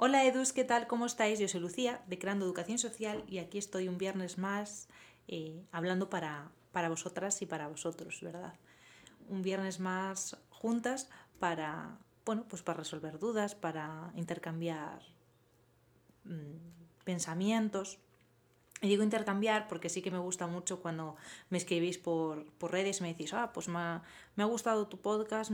Hola Edus, ¿qué tal? ¿Cómo estáis? Yo soy Lucía, de Creando Educación Social, y aquí estoy un viernes más hablando para vosotras y para vosotros, ¿verdad? Un viernes más juntas para, bueno, pues para resolver dudas, para intercambiar pensamientos. Y digo intercambiar porque sí que me gusta mucho cuando me escribís por redes y me decís, pues me ha gustado tu podcast,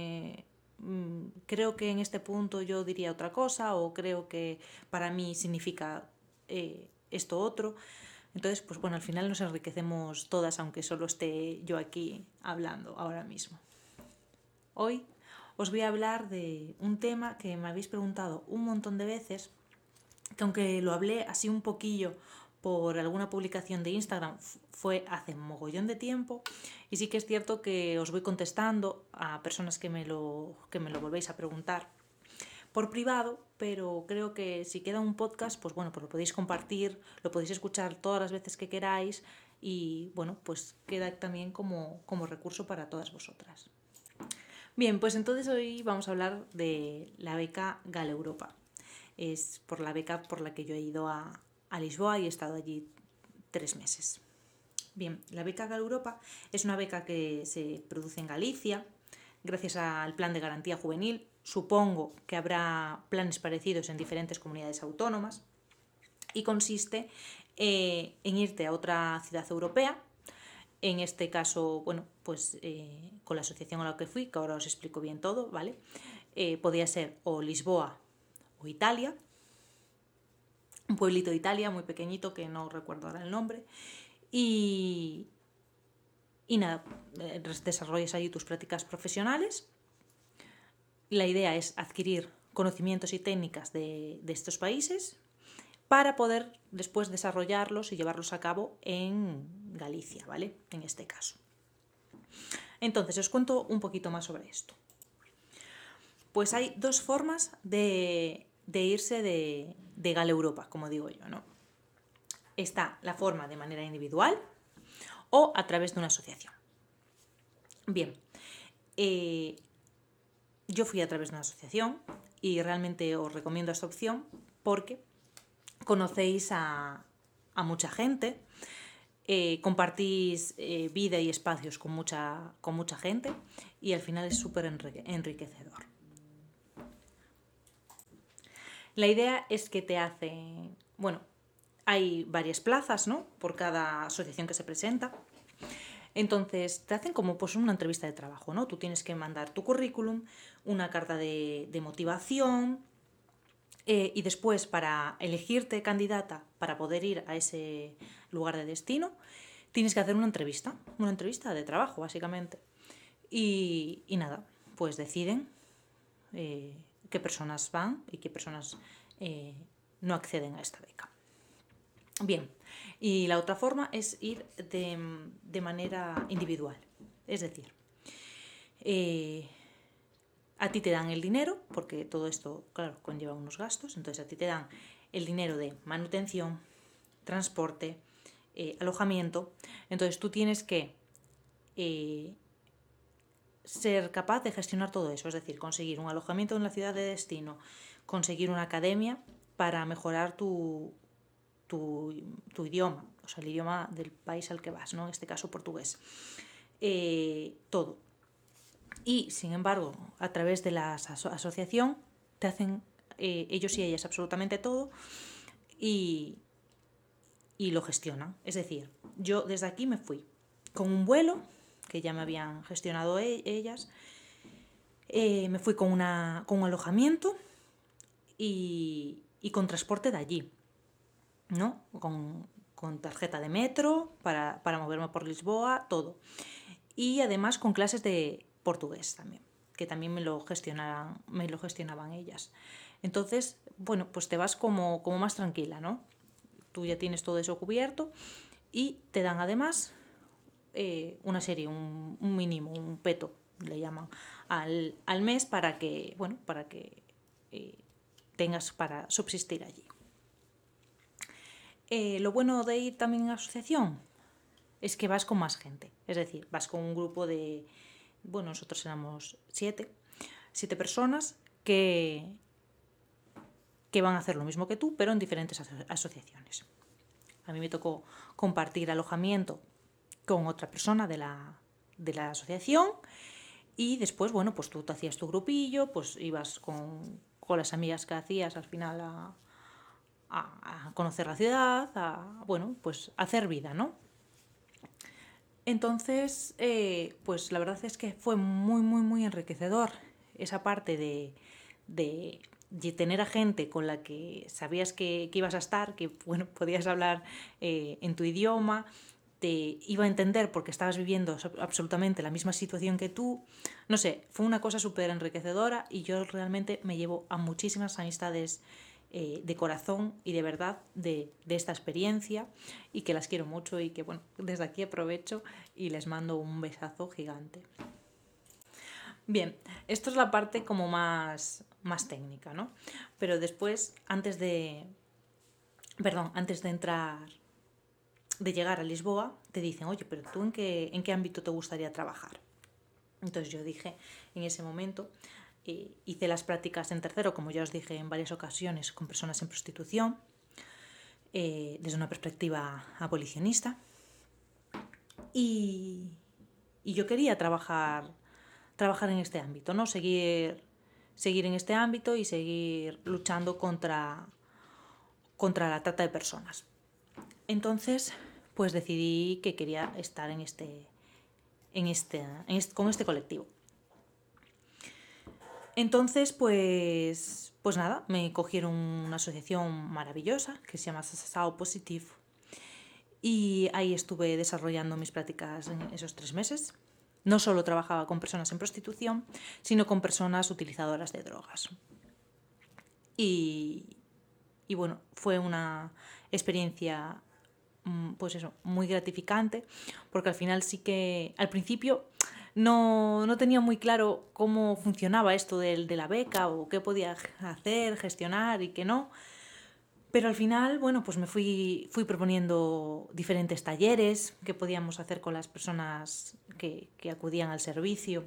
creo que en este punto yo diría otra cosa o creo que para mí significa esto otro. Entonces, pues bueno, al final nos enriquecemos todas, aunque solo esté yo aquí hablando ahora mismo. Hoy os voy a hablar de un tema que me habéis preguntado un montón de veces, que aunque lo hablé así un poquillo por alguna publicación de Instagram, fue hace un mogollón de tiempo, y sí que es cierto que os voy contestando a personas que me lo volvéis a preguntar por privado, pero creo que si queda un podcast, pues bueno, pues lo podéis compartir, lo podéis escuchar todas las veces que queráis y bueno, pues queda también como recurso para todas vosotras. Bien, pues entonces hoy vamos a hablar de la beca Gala Europa. Es por la beca por la que yo he ido a Lisboa y he estado allí 3 meses. Bien, la beca Gala Europa es una beca que se produce en Galicia gracias al Plan de Garantía Juvenil. Supongo que habrá planes parecidos en diferentes comunidades autónomas y consiste en irte a otra ciudad europea. En este caso, bueno, pues con la asociación a la que fui, que ahora os explico bien todo, ¿vale? Podía ser o Lisboa o Italia, un pueblito de Italia muy pequeñito que no recuerdo ahora el nombre, y, y nada, desarrollas allí tus prácticas profesionales. La idea es adquirir conocimientos y técnicas de estos países para poder después desarrollarlos y llevarlos a cabo en Galicia, ¿vale? En este caso. Entonces, os cuento un poquito más sobre esto. Pues hay dos formas de irse de Gala Europa, como digo yo, ¿no? Está la forma de manera individual o a través de una asociación. Bien, yo fui a través de una asociación y realmente os recomiendo esta opción porque conocéis a mucha gente, compartís vida y espacios con mucha gente y al final es súper enriquecedor. La idea es que te hacen, bueno, hay varias plazas, ¿no? Por cada asociación que se presenta. Entonces te hacen como pues una entrevista de trabajo, ¿no? Tú tienes que mandar tu currículum, una carta de motivación, y después para elegirte candidata para poder ir a ese lugar de destino, tienes que hacer una entrevista de trabajo básicamente. Y nada, pues deciden qué personas van y qué personas no acceden a esta beca. Bien, y la otra forma es ir de manera individual. Es decir, a ti te dan el dinero, porque todo esto, claro, conlleva unos gastos, entonces a ti te dan el dinero de manutención, transporte, alojamiento. Entonces tú tienes que ser capaz de gestionar todo eso, es decir, conseguir un alojamiento en la ciudad de destino, conseguir una academia para mejorar tu idioma, o sea, el idioma del país al que vas, ¿no? En este caso portugués. Todo. Y, sin embargo, a través de la asociación te hacen ellos y ellas absolutamente todo y lo gestionan. Es decir, yo desde aquí me fui con un vuelo que ya me habían gestionado ellas, me fui con un alojamiento y con transporte de allí, ¿no? Con tarjeta de metro para moverme por Lisboa, todo. Y además con clases de portugués también, que también me lo gestionaban ellas. Entonces, bueno, pues te vas como más tranquila, ¿no? Tú ya tienes todo eso cubierto y te dan además una serie, un mínimo, un peto, le llaman, al mes para que, bueno, para que tengas para subsistir allí. Lo bueno de ir también a asociación es que vas con más gente. Es decir, vas con un grupo de, bueno, nosotros éramos 7 personas que que van a hacer lo mismo que tú, pero en diferentes asociaciones. A mí me tocó compartir alojamiento con otra persona de la asociación y después, bueno, pues tú te hacías tu grupillo, pues ibas con las amigas que hacías al final a conocer la ciudad, bueno, pues a hacer vida, ¿no? Entonces, pues la verdad es que fue muy, muy, muy enriquecedor esa parte de tener a gente con la que sabías que ibas a estar, que bueno, podías hablar en tu idioma, te iba a entender porque estabas viviendo absolutamente la misma situación que tú. No sé, fue una cosa súper enriquecedora y yo realmente me llevo a muchísimas amistades de corazón y de verdad de esta experiencia y que las quiero mucho y que bueno, desde aquí aprovecho y les mando un besazo gigante. Bien, esto es la parte como más técnica, ¿no? Pero después, antes de entrar, de llegar a Lisboa, te dicen, oye, pero tú ¿en qué ámbito te gustaría trabajar? Entonces yo dije, en ese momento, hice las prácticas en tercero, como ya os dije en varias ocasiones, con personas en prostitución, desde una perspectiva abolicionista. Y yo quería trabajar en este ámbito, ¿no? Seguir en este ámbito y seguir luchando contra la trata de personas. Entonces, pues decidí que quería estar con este colectivo. Entonces, pues nada, me cogieron una asociación maravillosa que se llama Sao Positive y ahí estuve desarrollando mis prácticas en esos 3 meses. No solo trabajaba con personas en prostitución, sino con personas utilizadoras de drogas. Y bueno, fue una experiencia pues eso, muy gratificante, porque al final sí que al principio no tenía muy claro cómo funcionaba esto de la beca o qué podía hacer, gestionar y qué no. Pero al final, bueno, pues me fui proponiendo diferentes talleres que podíamos hacer con las personas que acudían al servicio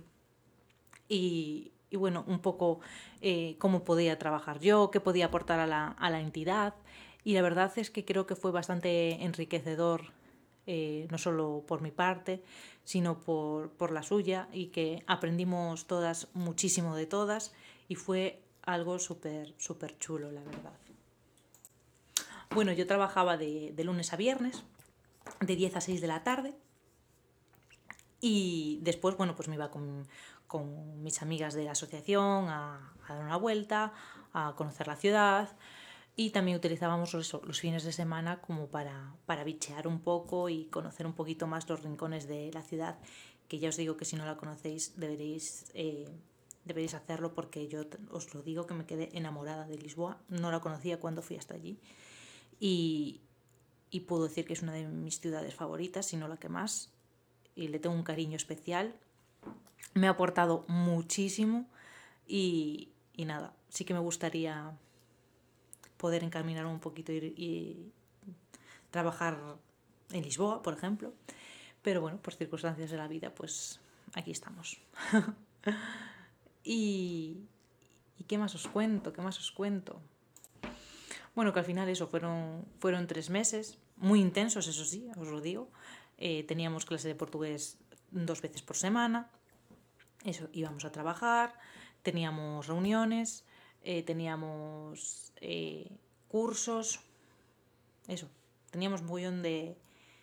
y bueno, un poco cómo podía trabajar yo, qué podía aportar a la entidad. Y la verdad es que creo que fue bastante enriquecedor, no solo por mi parte, sino por la suya, y que aprendimos todas muchísimo de todas y fue algo súper, súper chulo, la verdad. Bueno, yo trabajaba de lunes a viernes, de 10 a 6 de la tarde, y después, bueno, pues me iba con mis amigas de la asociación a dar una vuelta, a conocer la ciudad, y también utilizábamos los fines de semana como para bichear un poco y conocer un poquito más los rincones de la ciudad, que ya os digo que si no la conocéis deberéis hacerlo, porque yo os lo digo que me quedé enamorada de Lisboa. No la conocía cuando fui hasta allí y puedo decir que es una de mis ciudades favoritas, si no la que más, y le tengo un cariño especial. Me ha aportado muchísimo y nada, sí que me gustaría poder encaminar un poquito y trabajar en Lisboa, por ejemplo, pero bueno, por circunstancias de la vida, pues aquí estamos. y ¿qué más os cuento? Bueno, que al final eso fueron 3 meses, muy intensos, eso sí, os lo digo. Teníamos clase de portugués 2 veces por semana, eso, íbamos a trabajar, teníamos reuniones, teníamos cursos, eso, teníamos un montón de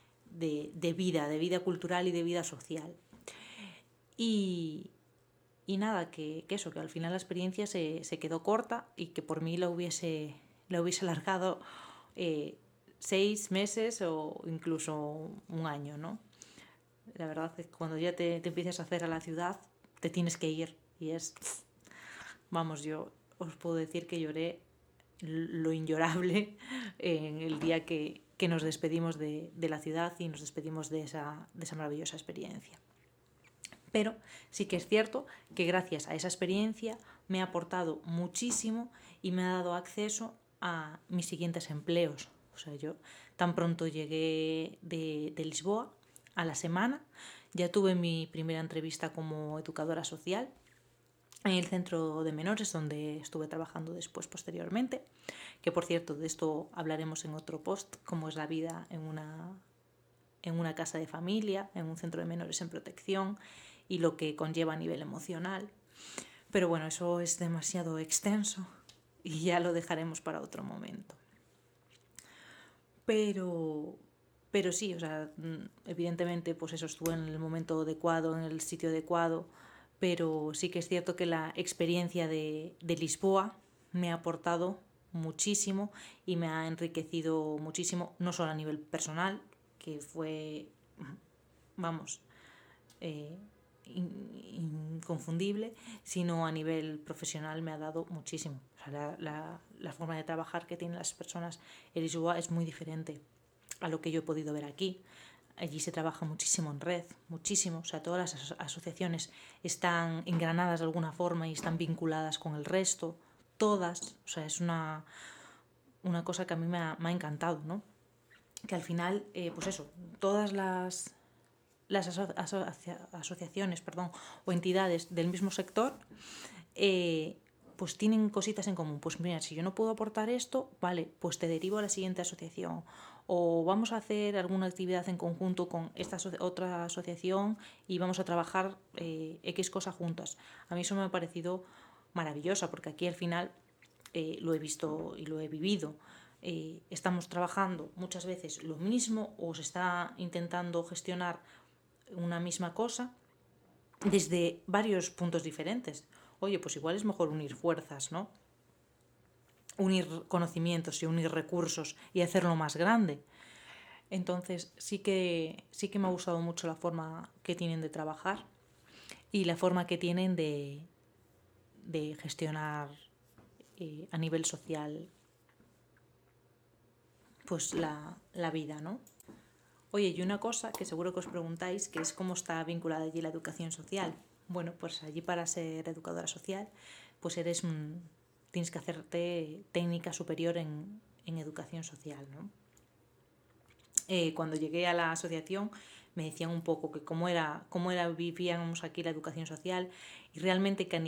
vida cultural y de vida social. Y nada, que eso, que al final la experiencia se quedó corta y que por mí la hubiese alargado 6 meses o incluso un año, ¿no? La verdad es que cuando ya te empiezas a hacer a la ciudad, te tienes que ir y vamos, yo os puedo decir que lloré lo inllorable en el día que nos despedimos de la ciudad y nos despedimos de esa maravillosa experiencia. Pero sí que es cierto que gracias a esa experiencia me ha aportado muchísimo y me ha dado acceso a mis siguientes empleos. O sea, yo tan pronto llegué de Lisboa, a la semana ya tuve mi primera entrevista como educadora social en el centro de menores donde estuve trabajando después posteriormente, que por cierto de esto hablaremos en otro post, cómo es la vida en una casa de familia, en un centro de menores en protección y lo que conlleva a nivel emocional. Pero bueno, eso es demasiado extenso y ya lo dejaremos para otro momento. Pero sí, o sea, evidentemente pues eso, estuve en el momento adecuado, en el sitio adecuado, pero sí que es cierto que la experiencia de Lisboa me ha aportado muchísimo y me ha enriquecido muchísimo, no solo a nivel personal, que fue, vamos, eh, inconfundible, sino a nivel profesional me ha dado muchísimo. O sea, la forma de trabajar que tienen las personas en Lisboa es muy diferente a lo que yo he podido ver aquí. Allí se trabaja muchísimo en red, muchísimo. O sea, todas las asociaciones están engranadas de alguna forma y están vinculadas con el resto. Todas. O sea, es una cosa que a mí me ha encantado, ¿no? Que al final, pues eso, todas las asociaciones, perdón, o entidades del mismo sector, pues tienen cositas en común. Pues mira, si yo no puedo aportar esto, vale, pues te derivo a la siguiente asociación. O vamos a hacer alguna actividad en conjunto con esta otra asociación y vamos a trabajar X cosa juntas. A mí eso me ha parecido maravillosa, porque aquí al final lo he visto y lo he vivido. Estamos trabajando muchas veces lo mismo o se está intentando gestionar una misma cosa desde varios puntos diferentes. Oye, pues igual es mejor unir fuerzas, ¿no? Unir conocimientos y unir recursos y hacerlo más grande. Entonces sí que me ha gustado mucho la forma que tienen de trabajar y la forma que tienen de gestionar a nivel social pues la vida, ¿no? Oye, y una cosa que seguro que os preguntáis, que es cómo está vinculada allí la educación social. Bueno, pues allí para ser educadora social, pues tienes que hacerte técnica superior en educación social, ¿no? Cuando llegué a la asociación me decían un poco que cómo era vivíamos aquí la educación social y realmente que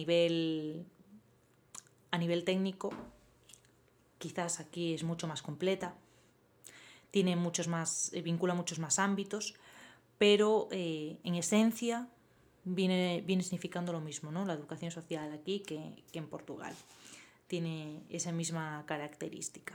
a nivel técnico quizás aquí es mucho más completa, tiene vincula muchos más ámbitos, pero en esencia viene significando lo mismo, ¿no? La educación social aquí que en Portugal. Tiene esa misma característica.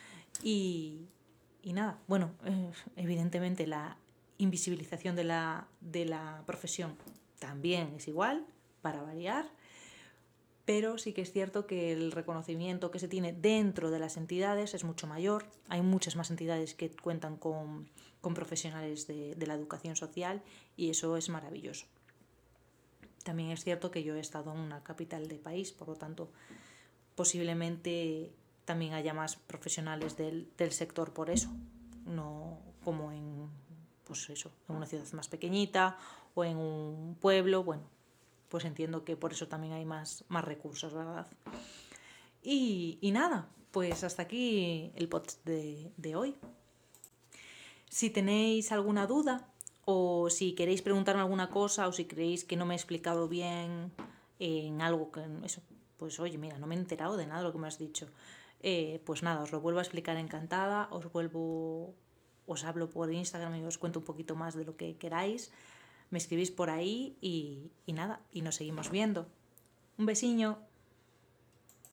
Y nada, bueno, evidentemente la invisibilización de la profesión también es igual, para variar, pero sí que es cierto que el reconocimiento que se tiene dentro de las entidades es mucho mayor. Hay muchas más entidades que cuentan con profesionales de la educación social y eso es maravilloso. También es cierto que yo he estado en una capital de país, por lo tanto, posiblemente también haya más profesionales del sector por eso, no como pues eso, en una ciudad más pequeñita o en un pueblo, bueno, pues entiendo que por eso también hay más recursos, ¿verdad? Y nada, pues hasta aquí el podcast de hoy. Si tenéis alguna duda o si queréis preguntarme alguna cosa o si creéis que no me he explicado bien en algo que eso, pues oye, mira, no me he enterado de nada de lo que me has dicho. Pues nada, os lo vuelvo a explicar encantada, os hablo por Instagram y os cuento un poquito más de lo que queráis. Me escribís por ahí y nada, y nos seguimos viendo. Un besiño.